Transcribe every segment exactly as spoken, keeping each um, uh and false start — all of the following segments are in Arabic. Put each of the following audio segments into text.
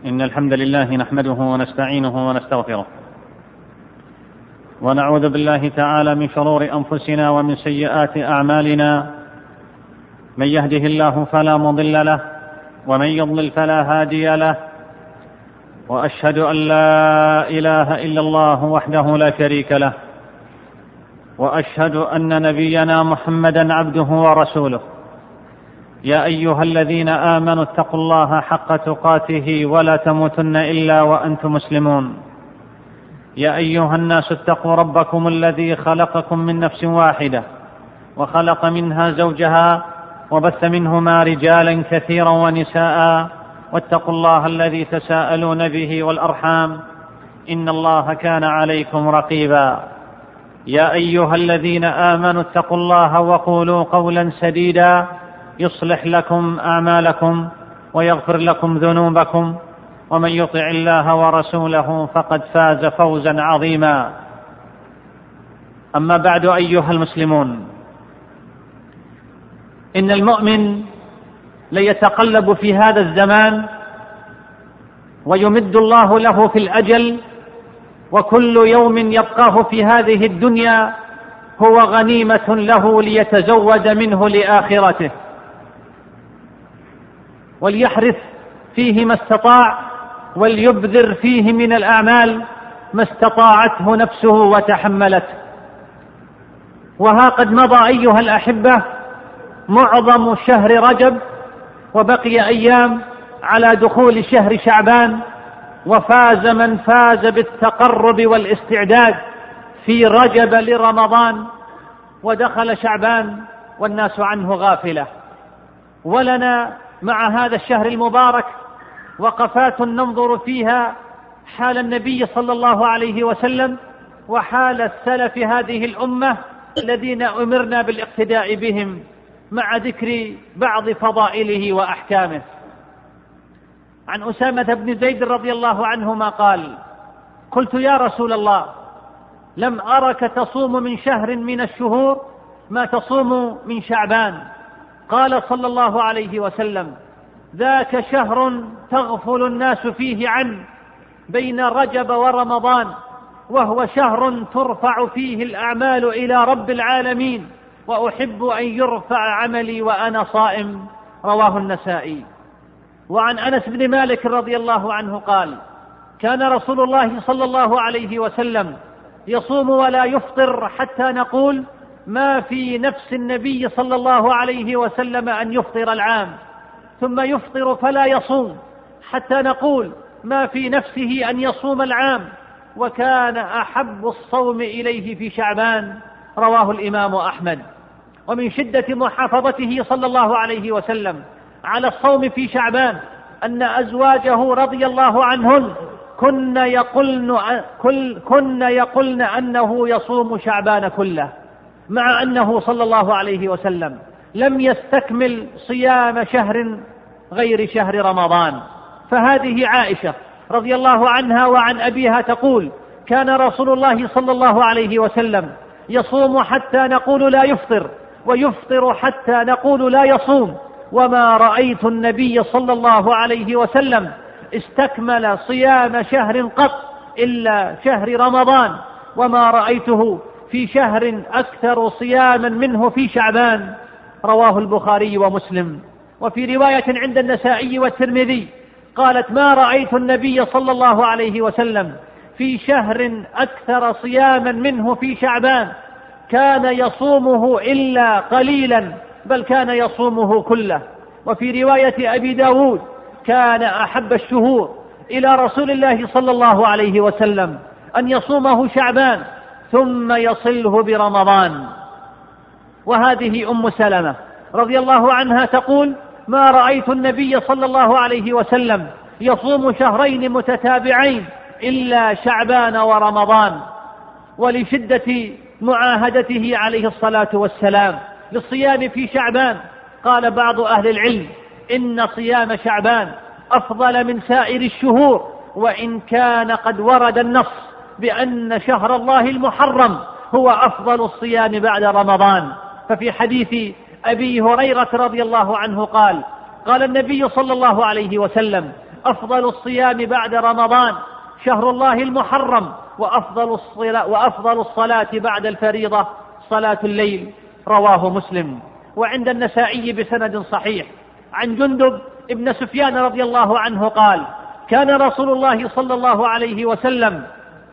إن الحمد لله نحمده ونستعينه ونستغفره، ونعوذ بالله تعالى من شرور أنفسنا ومن سيئات أعمالنا. من يهده الله فلا مضل له، ومن يضلل فلا هادي له، وأشهد أن لا إله إلا الله وحده لا شريك له، وأشهد أن نبينا محمدا عبده ورسوله. يا أيها الذين آمنوا اتقوا الله حق تقاته ولا تموتن إلا وأنتم مسلمون. يا أيها الناس اتقوا ربكم الذي خلقكم من نفس واحدة وخلق منها زوجها وبث منهما رجالا كثيرا ونساء، واتقوا الله الذي تساءلون به والأرحام إن الله كان عليكم رقيبا. يا أيها الذين آمنوا اتقوا الله وقولوا قولا سديدا يصلح لكم أعمالكم ويغفر لكم ذنوبكم، ومن يطع الله ورسوله فقد فاز فوزا عظيما. أما بعد، أيها المسلمون، إن المؤمن ليتقلب في هذا الزمان ويمد الله له في الأجل، وكل يوم يبقاه في هذه الدنيا هو غنيمة له ليتزود منه لآخرته، وليحرث فيه ما استطاع، وليبذر فيه من الأعمال ما استطاعته نفسه وتحملته. وها قد مضى أيها الأحبة معظم شهر رجب، وبقي أيام على دخول شهر شعبان، وفاز من فاز بالتقرب والاستعداد في رجب لرمضان، ودخل شعبان والناس عنه غافلة. ولنا مع هذا الشهر المبارك وقفات ننظر فيها حال النبي صلى الله عليه وسلم وحال السلف هذه الأمة الذين أمرنا بالاقتداء بهم، مع ذكر بعض فضائله وأحكامه. عن أسامة بن زيد رضي الله عنهما قال: قلت يا رسول الله، لم أرك تصوم من شهر من الشهور ما تصوم من شعبان. قال صلى الله عليه وسلم: ذاك شهر تغفل الناس فيه عنه بين رجب ورمضان، وهو شهر ترفع فيه الأعمال إلى رب العالمين، وأحب أن يرفع عملي وأنا صائم. رواه النسائي. وعن أنس بن مالك رضي الله عنه قال: كان رسول الله صلى الله عليه وسلم يصوم ولا يفطر حتى نقول ما في نفس النبي صلى الله عليه وسلم أن يفطر العام، ثم يفطر فلا يصوم حتى نقول ما في نفسه أن يصوم العام، وكان أحب الصوم إليه في شعبان. رواه الإمام أحمد. ومن شدة محافظته صلى الله عليه وسلم على الصوم في شعبان أن أزواجه رضي الله عنهن كن يقولن, كن يقولن أنه يصوم شعبان كله، مع أنه صلى الله عليه وسلم لم يستكمل صيام شهر غير شهر رمضان. فهذه عائشة رضي الله عنها وعن أبيها تقول: كان رسول الله صلى الله عليه وسلم يصوم حتى نقول لا يفطر، ويفطر حتى نقول لا يصوم، وما رأيت النبي صلى الله عليه وسلم استكمل صيام شهر قط إلا شهر رمضان، وما رأيته في شهر أكثر صياما منه في شعبان. رواه البخاري ومسلم. وفي رواية عند النسائي والترمذي قالت: ما رأيت النبي صلى الله عليه وسلم في شهر أكثر صياما منه في شعبان، كان يصومه إلا قليلا، بل كان يصومه كله. وفي رواية أبي داود: كان أحب الشهور إلى رسول الله صلى الله عليه وسلم أن يصومه شعبان ثم يصله برمضان. وهذه أم سلمة رضي الله عنها تقول: ما رأيت النبي صلى الله عليه وسلم يصوم شهرين متتابعين إلا شعبان ورمضان. ولشدة معاهدته عليه الصلاة والسلام للصيام في شعبان قال بعض أهل العلم: إن صيام شعبان أفضل من سائر الشهور، وإن كان قد ورد النص بأن شهر الله المحرم هو أفضل الصيام بعد رمضان. ففي حديث أبي هريرة رضي الله عنه قال: قال النبي صلى الله عليه وسلم: أفضل الصيام بعد رمضان شهر الله المحرم، وأفضل الصلاة, وأفضل الصلاة بعد الفريضة صلاة الليل. رواه مسلم. وعند النسائي بسند صحيح عن جندب ابن سفيان رضي الله عنه قال: كان رسول الله صلى الله عليه وسلم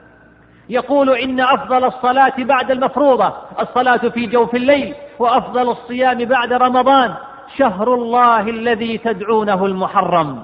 يقول: إن أفضل الصلاة بعد المفروضة الصلاة في جوف الليل، وأفضل الصيام بعد رمضان شهر الله الذي تدعونه المحرم.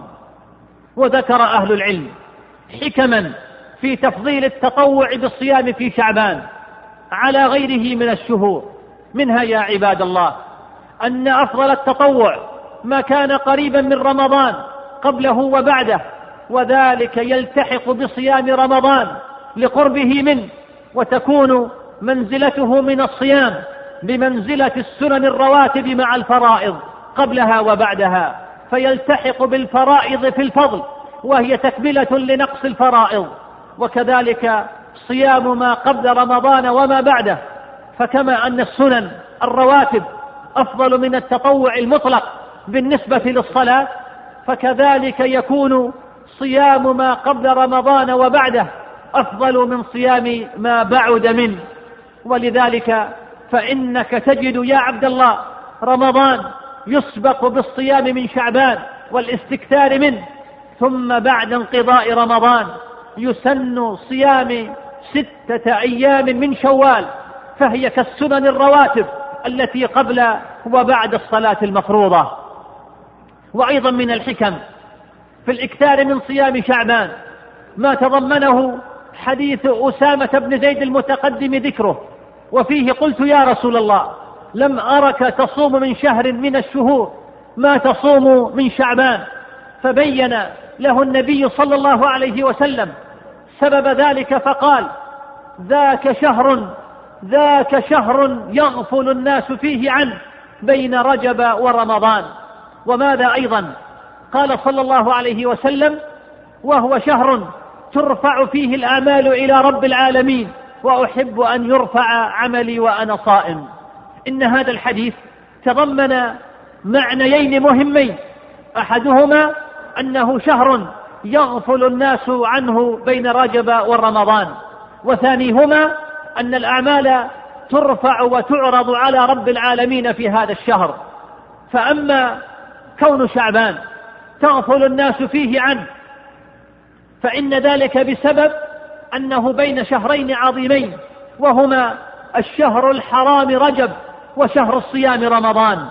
وذكر أهل العلم حكما في تفضيل التطوع بالصيام في شعبان على غيره من الشهور، منها يا عباد الله أن أفضل التطوع ما كان قريبا من رمضان قبله وبعده، وذلك يلتحق بصيام رمضان لقربه منه، وتكون منزلته من الصيام بمنزلة السنن الرواتب مع الفرائض قبلها وبعدها، فيلتحق بالفرائض في الفضل وهي تكملة لنقص الفرائض. وكذلك صيام ما قبل رمضان وما بعده، فكما أن السنن الرواتب أفضل من التطوع المطلق بالنسبة للصلاة، فكذلك يكون صيام ما قبل رمضان وبعده أفضل من صيام ما بعد منه. ولذلك فإنك تجد يا عبد الله رمضان يسبق بالصيام من شعبان والاستكثار منه، ثم بعد انقضاء رمضان يسن صيام ستة أيام من شوال، فهي كالسنن الرواتب التي قبل وبعد الصلاة المفروضة. وأيضا من الحكم في الإكثار من صيام شعبان ما تضمنه حديث أسامة بن زيد المتقدم ذكره، وفيه قلت: يا رسول الله، لم أرك تصوم من شهر من الشهور ما تصوم من شعبان، فبين له النبي صلى الله عليه وسلم سبب ذلك فقال: ذاك شهر ذاك شهر يغفل الناس فيه عنه بين رجب ورمضان. وماذا أيضا؟ قال صلى الله عليه وسلم: وهو شهر ترفع فيه الآمال إلى رب العالمين، وأحب أن يرفع عملي وأنا صائم. إن هذا الحديث تضمن معنيين مهمين: أحدهما أنه شهر يغفل الناس عنه بين رجب ورمضان، وثانيهما أن الأعمال ترفع وتعرض على رب العالمين في هذا الشهر. فأما كون شعبان تغفل الناس فيه عنه فإن ذلك بسبب أنه بين شهرين عظيمين، وهما الشهر الحرام رجب وشهر الصيام رمضان،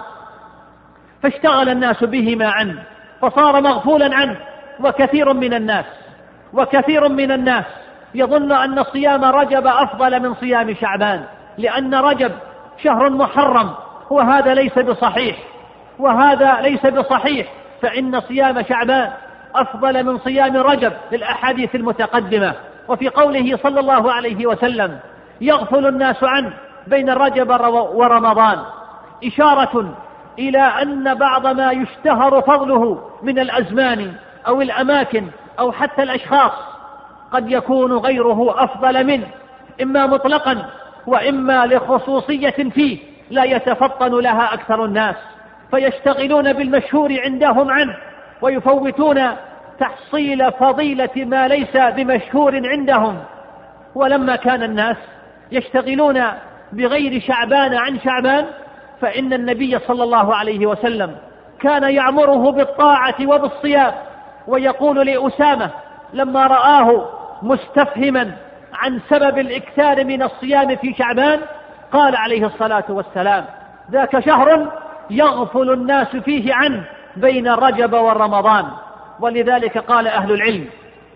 فاشتغل الناس بهما عنه فصار مغفولا عنه. وكثير من الناس وكثير من الناس يظن أن صيام رجب أفضل من صيام شعبان، لأن رجب شهر محرم، وهذا ليس بصحيح وهذا ليس بصحيح فإن صيام شعبان أفضل من صيام رجب للأحاديث المتقدمة. وفي قوله صلى الله عليه وسلم: يغفل الناس عنه بين رجب ورمضان، إشارة إلى أن بعض ما يشتهر فضله من الأزمان أو الأماكن أو حتى الأشخاص قد يكون غيره أفضل منه، إما مطلقا وإما لخصوصية فيه لا يتفطن لها أكثر الناس، فيشتغلون بالمشهور عندهم عنه ويفوتون تحصيل فضيلة ما ليس بمشهور عندهم. ولما كان الناس يشتغلون بغير شعبان عن شعبان فإن النبي صلى الله عليه وسلم كان يعمره بالطاعة وبالصيام، ويقول لأسامة لما رآه مستفهما عن سبب الإكثار من الصيام في شعبان قال عليه الصلاة والسلام: ذاك شهر يغفل الناس فيه عنه بين رجب ورمضان. ولذلك قال أهل العلم: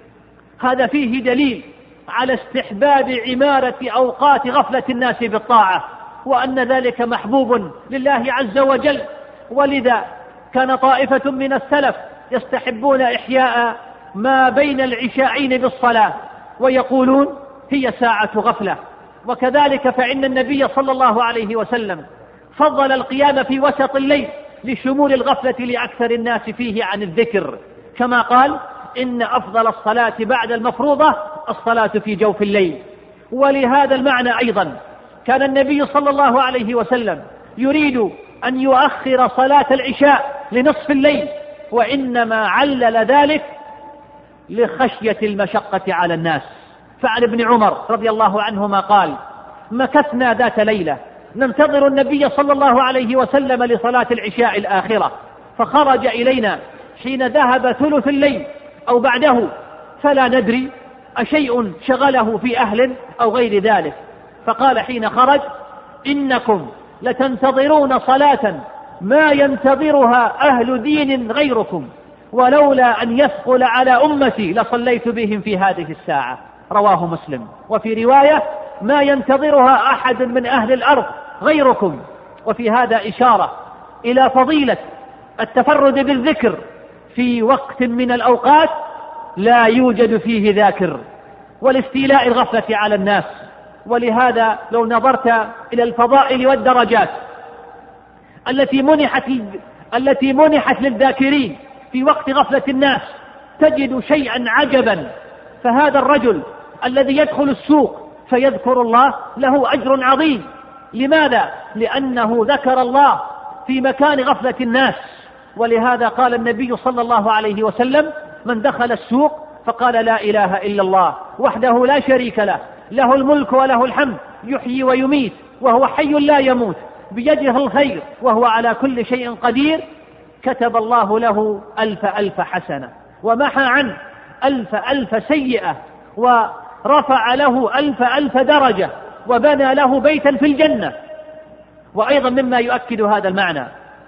هذا فيه دليل على استحباب عمارة أوقات غفلة الناس بالطاعة، وأن ذلك محبوب لله عز وجل. ولذا كان طائفة من السلف يستحبون إحياء ما بين العشاءين بالصلاة، ويقولون هي ساعة غفلة. وكذلك فإن النبي صلى الله عليه وسلم فضل القيام في وسط الليل لشمول الغفلة لأكثر الناس فيه عن الذكر، كما قال: إن أفضل الصلاة بعد المفروضة الصلاة في جوف الليل. ولهذا المعنى أيضا كان النبي صلى الله عليه وسلم يريد أن يؤخر صلاة العشاء لنصف الليل، وإنما علل ذلك لخشية المشقة على الناس. فعن ابن عمر رضي الله عنهما قال: مكثنا ذات ليلة ننتظر النبي صلى الله عليه وسلم لصلاة العشاء الآخرة، فخرج إلينا حين ذهب ثلث الليل أو بعده، فلا ندري أشيء شغله في أهل أو غير ذلك، فقال حين خرج: إنكم لتنتظرون صلاة ما ينتظرها أهل دين غيركم، ولولا أن يثقل على أمتي لصليت بهم في هذه الساعة. رواه مسلم. وفي رواية: ما ينتظرها أحد من أهل الأرض غيركم. وفي هذا إشارة إلى فضيلة التفرد بالذكر في وقت من الأوقات لا يوجد فيه ذاكر، والاستيلاء الغفلة على الناس. ولهذا لو نظرت إلى الفضائل والدرجات التي منحت التي منحت للذاكرين في وقت غفلة الناس تجد شيئا عجبا. فهذا الرجل الذي يدخل السوق فيذكر الله له أجر عظيم. لماذا؟ لأنه ذكر الله في مكان غفلة الناس. ولهذا قال النبي صلى الله عليه وسلم: من دخل السوق فقال لا إله إلا الله وحده لا شريك له، له الملك وله الحمد، يحيي ويميت وهو حي لا يموت، بيده الخير وهو على كل شيء قدير، كتب الله له ألف ألف حسنة، ومحى عنه ألف ألف سيئة، ورفع له ألف ألف درجة، وبنى له بيتا في الجنة. وأيضا مما يؤكد هذا المعنى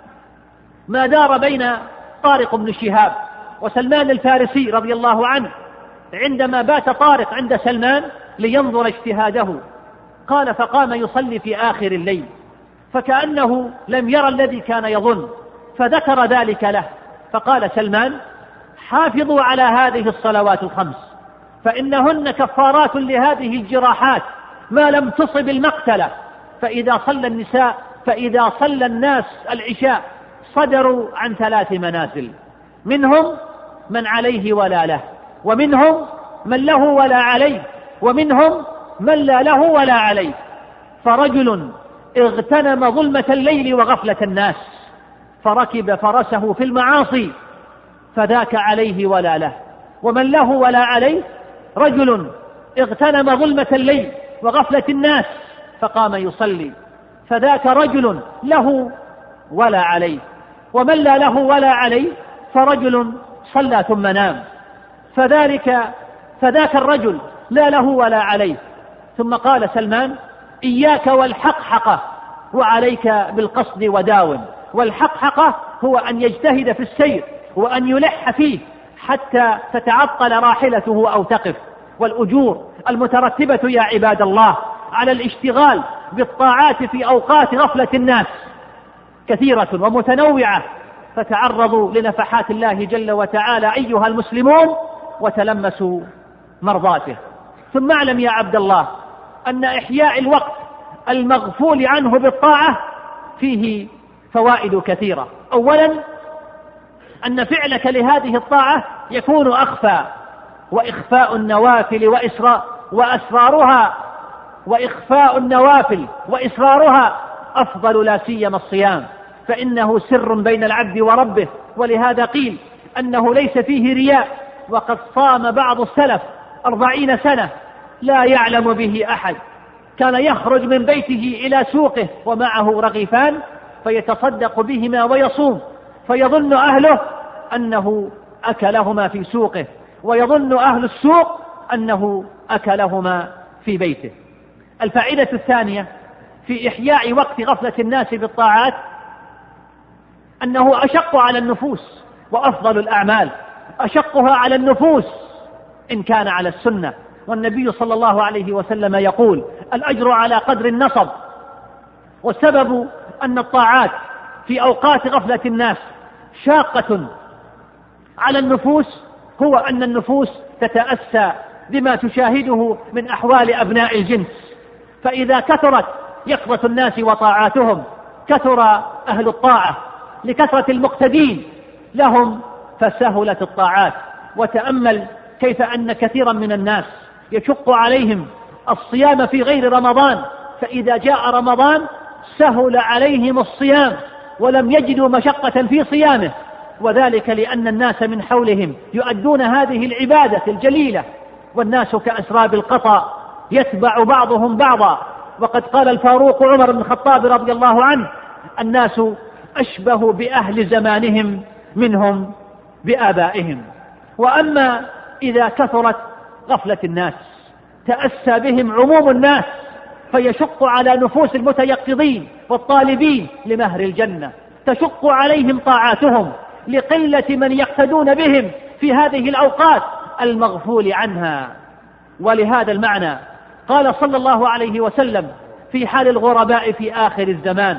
ما دار بين طارق بن شهاب وسلمان الفارسي رضي الله عنه عندما بات طارق عند سلمان لينظر اجتهاده. قال: فقام يصلي في آخر الليل فكأنه لم يرى الذي كان يظن، فذكر ذلك له، فقال سلمان: حافظوا على هذه الصلوات الخمس فإنهن كفارات لهذه الجراحات ما لم تصب المقتلة. فإذا صلى النساء فإذا صلى الناس العشاء صدروا عن ثلاث منازل، منهم من عليه ولا له، ومنهم من له ولا عليه، ومنهم من لا له ولا عليه. فرجل اغتنم ظلمة الليل وغفلة الناس فركب فرسه في المعاصي فذاك عليه ولا له. ومن له ولا عليه رجل اغتنم ظلمة الليل وغفلة الناس فقام يصلي فذاك رجل له ولا عليه. ومن لا له ولا عليه فرجل صلى ثم نام فذلك فذاك الرجل لا له ولا عليه. ثم قال سلمان: إياك والحقحقة وعليك بالقصد وداوم. والحقحقة هو أن يجتهد في السير وأن يلح فيه حتى تتعطل راحلته أو تقف. والأجور المترتبة يا عباد الله على الاشتغال بالطاعات في أوقات غفلة الناس كثيرة ومتنوعة، فتعرضوا لنفحات الله جل وتعالى أيها المسلمون وتلمسوا مرضاته. ثم اعلم يا عبد الله أن إحياء الوقت المغفول عنه بالطاعة فيه فوائد كثيرة. أولا أن فعلك لهذه الطاعة يكون أخفى، وإخفاء النوافل وإسرار وأسرارها وإخفاء النوافل وإسرارها أفضل، لا سيما الصيام فإنه سر بين العبد وربه. ولهذا قيل أنه ليس فيه رياء، وقد صام بعض السلف أربعين سنة لا يعلم به أحد، كان يخرج من بيته إلى سوقه ومعه رغيفان فيتصدق بهما ويصوم، فيظن أهله أنه أكلهما في سوقه، ويظن أهل السوق أنه أكلهما في بيته. الفائدة الثانية في إحياء وقت غفلة الناس بالطاعات أنه أشق على النفوس، وأفضل الأعمال أشقها على النفوس إن كان على السنة. والنبي صلى الله عليه وسلم يقول: الأجر على قدر النصب. والسبب أن الطاعات في أوقات غفلة الناس شاقة على النفوس هو أن النفوس تتأسى بما تشاهده من أحوال أبناء الجنس، فإذا كثرت يقظة الناس وطاعاتهم كثر أهل الطاعة لكثرة المقتدين لهم فسهلت الطاعات. وتأمل كيف أن كثيرا من الناس يشق عليهم الصيام في غير رمضان، فإذا جاء رمضان سهل عليهم الصيام ولم يجدوا مشقة في صيامه، وذلك لأن الناس من حولهم يؤدون هذه العبادة الجليلة، والناس كأسراب القطا يتبع بعضهم بعضا. وقد قال الفاروق عمر بن الخطاب رضي الله عنه: الناس أشبه بأهل زمانهم منهم بآبائهم. وأما إذا كثرت غفلة الناس تأسى بهم عموم الناس، فيشق على نفوس المتيقظين والطالبين لمهر الجنة، تشق عليهم طاعاتهم لقلة من يقتدون بهم في هذه الأوقات المغفول عنها. ولهذا المعنى قال صلى الله عليه وسلم في حال الغرباء في آخر الزمان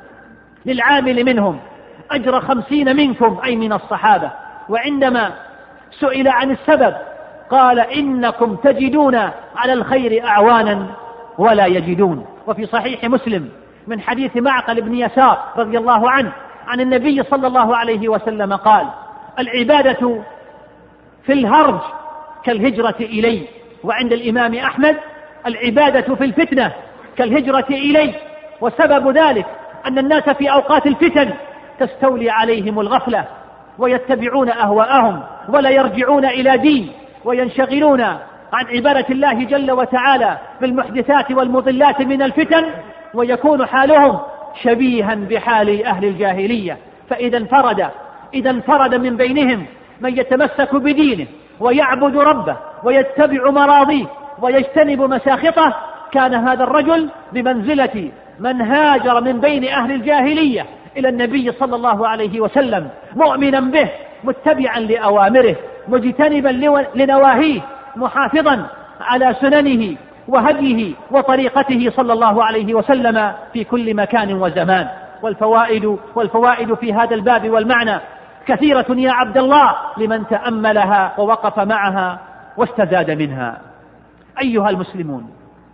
للعامل منهم أجر خمسين منكم، أي من الصحابة. وعندما سئل عن السبب قال: إنكم تجدون على الخير أعوانا ولا يجدون. وفي صحيح مسلم من حديث معقل بن يسار رضي الله عنه عن النبي صلى الله عليه وسلم قال: العبادة في الهرج كالهجرة إلي. وعند الإمام أحمد: العبادة في الفتنة كالهجرة إلي. وسبب ذلك أن الناس في أوقات الفتن تستولي عليهم الغفلة ويتبعون أهواءهم ولا يرجعون إلى دين، وينشغلون عن عبادة الله جل وتعالى بالمحدثات والمضلات من الفتن، ويكون حالهم شبيها بحال أهل الجاهلية. فإذا انفرد إذا انفرد من بينهم من يتمسك بدينه ويعبد ربه ويتبع مراضيه ويجتنب مساخطه، كان هذا الرجل بمنزلة من هاجر من بين أهل الجاهلية إلى النبي صلى الله عليه وسلم مؤمنا به، متبعا لأوامره، مجتنبا لنواهيه، محافظا على سننه وهديه وطريقته صلى الله عليه وسلم في كل مكان وزمان. والفوائد والفوائد في هذا الباب والمعنى كثيرة يا عبد الله لمن تأملها ووقف معها واستزاد منها. أيها المسلمون،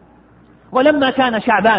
ولما كان شعبان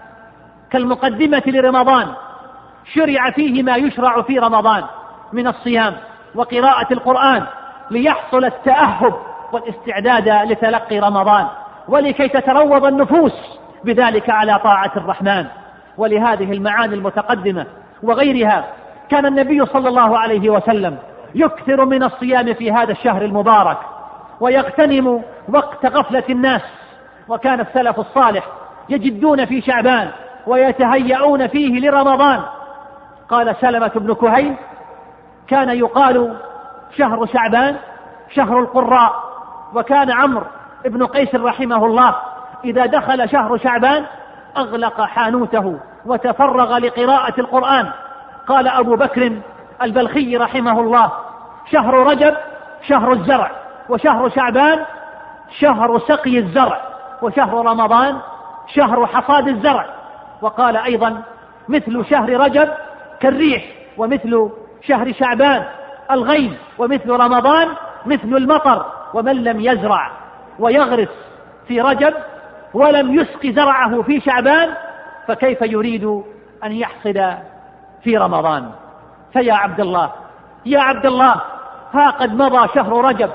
كالمقدمة لرمضان شرع فيه ما يشرع في رمضان من الصيام وقراءة القرآن ليحصل التأهب والاستعداد لتلقي رمضان، ولكي تتروض النفوس بذلك على طاعة الرحمن. ولهذه المعاني المتقدمة وغيرها كان النبي صلى الله عليه وسلم يكثر من الصيام في هذا الشهر المبارك ويغتنم وقت غفلة الناس. وكان السلف الصالح يجدون في شعبان ويتهيئون فيه لرمضان. قال سلمة بن كهيل: كان يقال شهر شعبان شهر القراء. وكان عمرو بن قيس رحمه الله إذا دخل شهر شعبان أغلق حانوته وتفرغ لقراءة القرآن. قال أبو بكر البلخي رحمه الله: شهر رجب شهر الزرع، وشهر شعبان شهر سقي الزرع، وشهر رمضان شهر حصاد الزرع. وقال أيضا: مثل شهر رجب كالريح، ومثل شهر شعبان الغيم، ومثل رمضان مثل المطر. ومن لم يزرع ويغرس في رجب ولم يسق زرعه في شعبان فكيف يريد أن يحصد في رمضان؟ فيا عبد الله يا عبد الله ها قد مضى شهر رجب،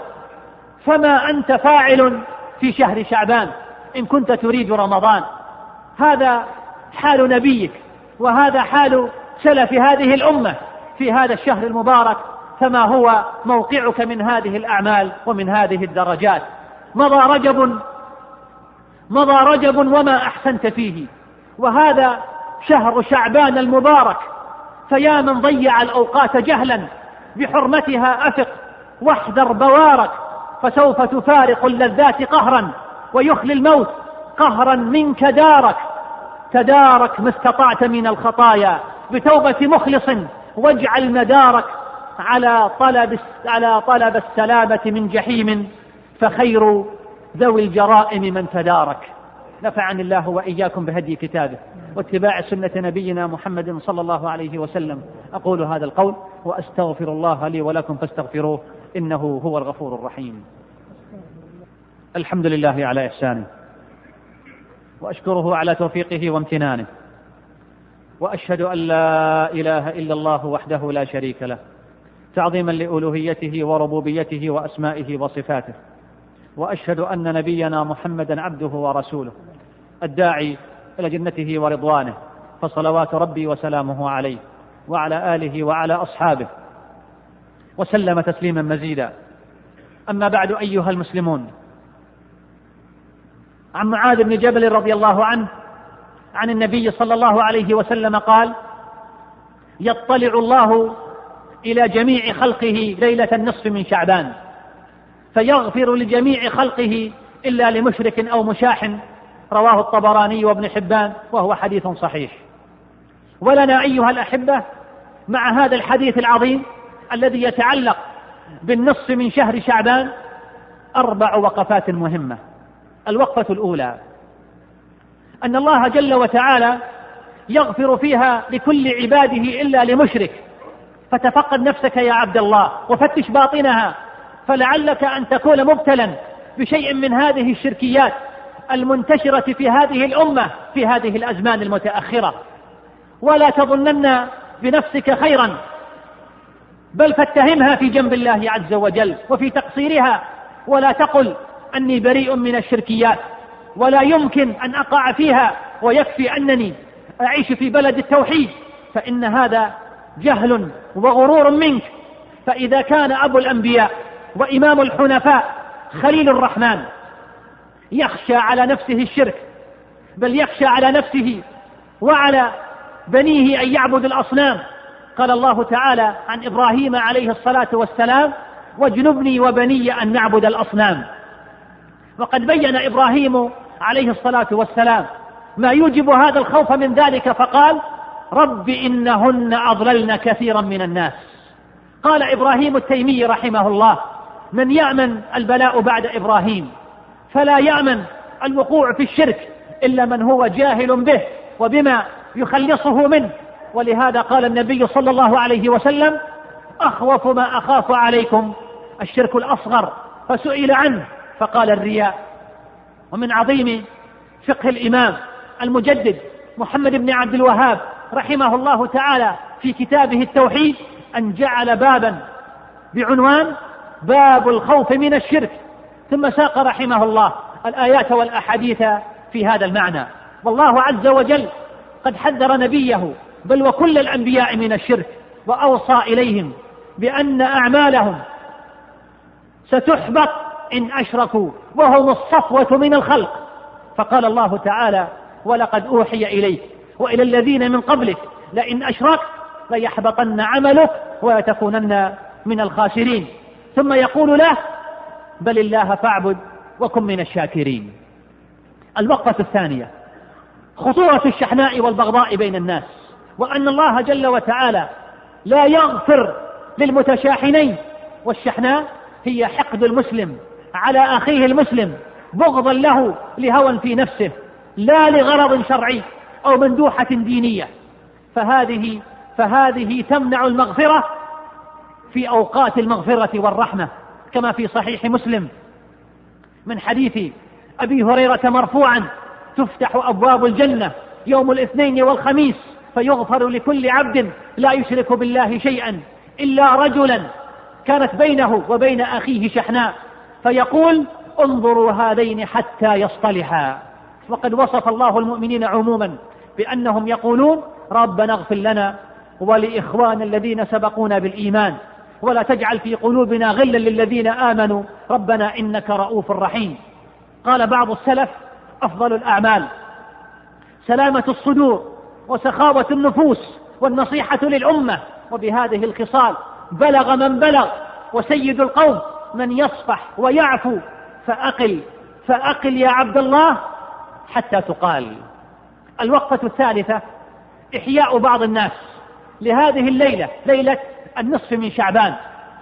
فما أنت فاعل في شهر شعبان إن كنت تريد رمضان؟ هذا حال نبيك، وهذا حال سلف هذه الأمة في هذا الشهر المبارك. فما هو موقعك من هذه الأعمال ومن هذه الدرجات؟ مضى رجب مضى رجب وما أحسنت فيه، وهذا شهر شعبان المبارك. فيا من ضيع الأوقات جهلا بحرمتها أفق واحذر بوارك، فسوف تفارق اللذات قهرا ويخلي الموت قهرا منك دارك. تدارك ما استطعت من الخطايا بتوبة مخلص، واجعل مدارك على طلب على طلب السلامة من جحيم، فخير ذوي الجرائم من تدارك. نفعني الله وإياكم بهدي كتابه واتباع سنة نبينا محمد صلى الله عليه وسلم. أقول هذا القول وأستغفر الله لي ولكم فاستغفروه إنه هو الغفور الرحيم. الحمد لله على إحسانه، وأشكره على توفيقه وامتنانه، وأشهد أن لا إله إلا الله وحده لا شريك له، تعظيما لألوهيته وربوبيته وأسمائه وصفاته. وأشهد أن نبينا محمدا عبده ورسوله الداعي إلى جنته ورضوانه، فصلوات ربي وسلامه عليه وعلى آله وعلى أصحابه وسلم تسليما مزيدا. أما بعد أيها المسلمون، عن معاذ بن جبل رضي الله عنه عن النبي صلى الله عليه وسلم قال: يطلع الله إلى جميع خلقه ليلة النصف من شعبان فيغفر لجميع خلقه إلا لمشرك أو مشاح، رواه الطبراني وابن حبان وهو حديث صحيح. ولنا أيها الأحبة مع هذا الحديث العظيم الذي يتعلق بالنصف من شهر شعبان أربع وقفات مهمة. الوقفة الأولى أن الله جل وتعالى يغفر فيها لكل عباده إلا لمشرك، فتفقد نفسك يا عبد الله وفتش باطنها، فلعلك أن تكون مبتلا بشيء من هذه الشركيات المنتشرة في هذه الأمة في هذه الأزمان المتأخرة. ولا تظنن بنفسك خيرا، بل فاتهمها في جنب الله عز وجل وفي تقصيرها، ولا تقل أني بريء من الشركيات ولا يمكن أن أقع فيها ويكفي أنني أعيش في بلد التوحيد، فإن هذا جهل وغرور منك. فإذا كان أبو الأنبياء وإمام الحنفاء خليل الرحمن يخشى على نفسه الشرك، بل يخشى على نفسه وعلى بنيه أن يعبد الأصنام، قال الله تعالى عن إبراهيم عليه الصلاة والسلام: واجنبني وبني أن نعبد الأصنام. وقد بين إبراهيم عليه الصلاة والسلام ما يوجب هذا الخوف من ذلك، فقال: رب إنهن أضللن كثيرا من الناس. قال إبراهيم التيمي رحمه الله: من يأمن البلاء بعد إبراهيم؟ فلا يأمن الوقوع في الشرك إلا من هو جاهل به وبما يخلصه منه. ولهذا قال النبي صلى الله عليه وسلم: أخوف ما أخاف عليكم الشرك الأصغر، فسئل عنه فقال: الرياء. ومن عظيم فقه الإمام المجدد محمد بن عبد الوهاب رحمه الله تعالى في كتابه التوحيد أن جعل بابا بعنوان باب الخوف من الشرك، ثم ساق رحمه الله الآيات والأحاديث في هذا المعنى. والله عز وجل قد حذر نبيه بل وكل الأنبياء من الشرك، وأوصى إليهم بأن أعمالهم ستحبط إن أشركوا وهم الصفوة من الخلق. فقال الله تعالى: ولقد أوحي إليك وإلى الذين من قبلك لئن أشركت ليحبطن عملك ويتكونن من الخاسرين. ثم يقول له: بل الله فاعبد وكن من الشاكرين. الوقفة الثانية خطورة الشحناء والبغضاء بين الناس، وأن الله جل وتعالى لا يغفر للمتشاحنين. والشحناء هي حقد المسلم على أخيه المسلم بغضا له لهوى في نفسه لا لغرض شرعي أو مندوحة دينية، فهذه فهذه تمنع المغفرة في أوقات المغفرة والرحمة، كما في صحيح مسلم من حديث أبي هريرة مرفوعا: تفتح أبواب الجنة يوم الاثنين والخميس فيغفر لكل عبد لا يشرك بالله شيئا إلا رجلا كانت بينه وبين أخيه شحناء، فيقول: انظروا هذين حتى يصطلحا. وقد وصف الله المؤمنين عموما بأنهم يقولون: ربنا اغفر لنا ولإخوان الذين سبقونا بالإيمان ولا تجعل في قلوبنا غلا للذين آمنوا ربنا إنك رؤوف رحيم. قال بعض السلف: أفضل الأعمال سلامة الصدور وسخاوة النفوس والنصيحة للأمة. وبهذه الخصال بلغ من بلغ، وسيد القوم من يصفح ويعفو. فأقل فأقل يا عبد الله حتى تقال. الوقفة الثالثة إحياء بعض الناس لهذه الليلة، ليلة النصف من شعبان،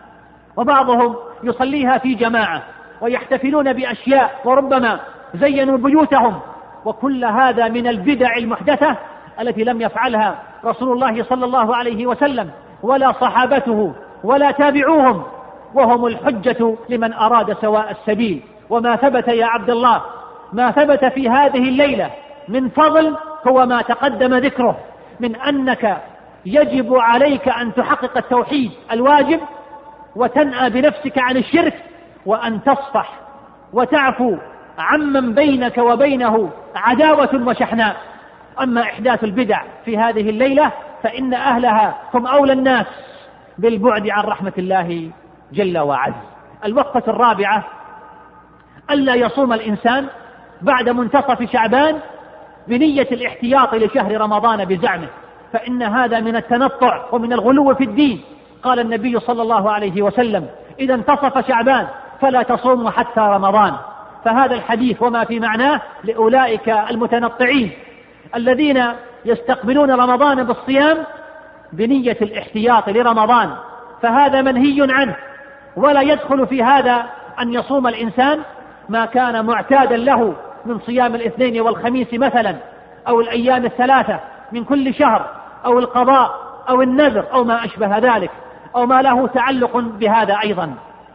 وبعضهم يصليها في جماعة ويحتفلون بأشياء وربما زينوا بيوتهم، وكل هذا من البدع المحدثة التي لم يفعلها رسول الله صلى الله عليه وسلم ولا صحابته ولا تابعوهم، وهم الحجة لمن أراد سواء السبيل. وما ثبت يا عبد الله، ما ثبت في هذه الليلة من فضل هو ما تقدم ذكره من أنك يجب عليك أن تحقق التوحيد الواجب وتنأى بنفسك عن الشرك، وأن تصفح وتعفو عمن بينك وبينه عداوة وشحناء. أما إحداث البدع في هذه الليلة فإن أهلها هم أولى الناس بالبعد عن رحمة الله جل وعز. الوقفة الرابعة: ألا يصوم الإنسان بعد منتصف شعبان بنية الاحتياط لشهر رمضان بزعمه، فإن هذا من التنطع ومن الغلو في الدين. قال النبي صلى الله عليه وسلم: إذا انتصف شعبان فلا تصوموا حتى رمضان. فهذا الحديث وما في معناه لأولئك المتنطعين الذين يستقبلون رمضان بالصيام بنية الاحتياط لرمضان، فهذا منهي عنه. ولا يدخل في هذا أن يصوم الإنسان ما كان معتادا له من صيام الاثنين والخميس مثلا، أو الأيام الثلاثة من كل شهر، أو القضاء أو النذر أو ما أشبه ذلك، أو ما له تعلق بهذا أيضا.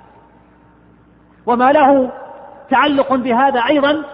وما له تعلق بهذا أيضا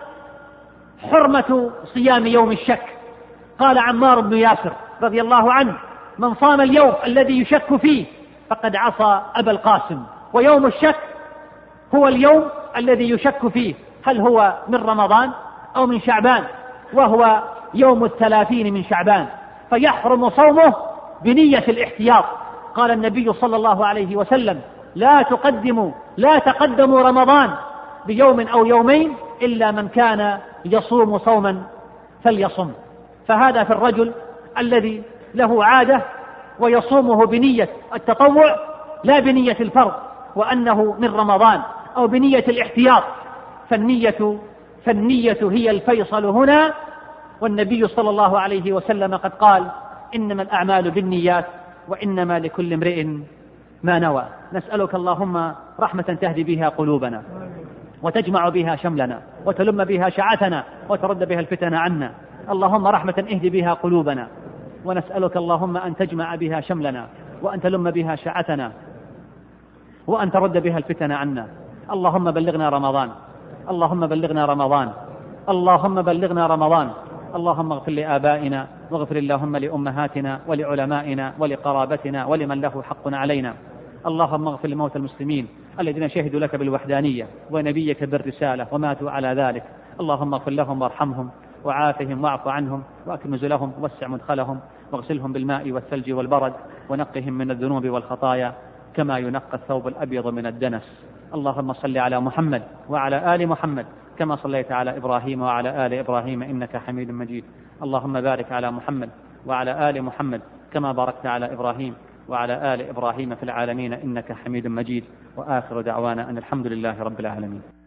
حرمة صيام يوم الشك. قال عمار بن ياسر رضي الله عنه: من صام اليوم الذي يشك فيه فقد عصى أبا القاسم. ويوم الشك هو اليوم الذي يشك فيه هل هو من رمضان أو من شعبان، وهو يوم الثلاثين من شعبان، فيحرم صومه بنية الاحتياط. قال النبي صلى الله عليه وسلم: لا تقدموا لا تقدموا رمضان بيوم أو يومين إلا من كان يصوم صوما فليصم. فهذا في الرجل الذي له عادة ويصومه بنية التطوع لا بنية الفرض وأنه من رمضان، أو بنية الاحتياط، فالنية, فالنية هي الفيصل هنا. والنبي صلى الله عليه وسلم قد قال: إنما الأعمال بالنيات وإنما لكل امرئ ما نوى. نسألك اللهم رحمة تهدي بها قلوبنا وتجمع بها شملنا وتلم بها شعثنا وترد بها الفتن عنا. اللهم رحمة اهدي بها قلوبنا، ونسألك اللهم أن تجمع بها شملنا وأن تلم بها شعثنا وأن ترد بها الفتن عنا. اللهم بلغنا رمضان، اللهم بلغنا رمضان، اللهم بلغنا رمضان. اللهم اغفر لآبائنا، واغفر اللهم لأمهاتنا ولعلمائنا ولقرابتنا ولمن له حق علينا. اللهم اغفر لموتى المسلمين الذين شهدوا لك بالوحدانية ونبيك بالرسالة وماتوا على ذلك. اللهم اغفر لهم وارحمهم وعافهم واعف عنهم وأكرم نزلهم ووسع مدخلهم واغسلهم بالماء والثلج والبرد ونقهم من الذنوب والخطايا كما ينقى الثوب الأبيض من الدنس. اللهم صل على محمد وعلى آل محمد كما صليت على إبراهيم وعلى آل إبراهيم إنك حميد مجيد. اللهم بارك على محمد وعلى آل محمد كما باركت على إبراهيم وعلى آل إبراهيم في العالمين إنك حميد مجيد. وآخر دعوانا أن الحمد لله رب العالمين.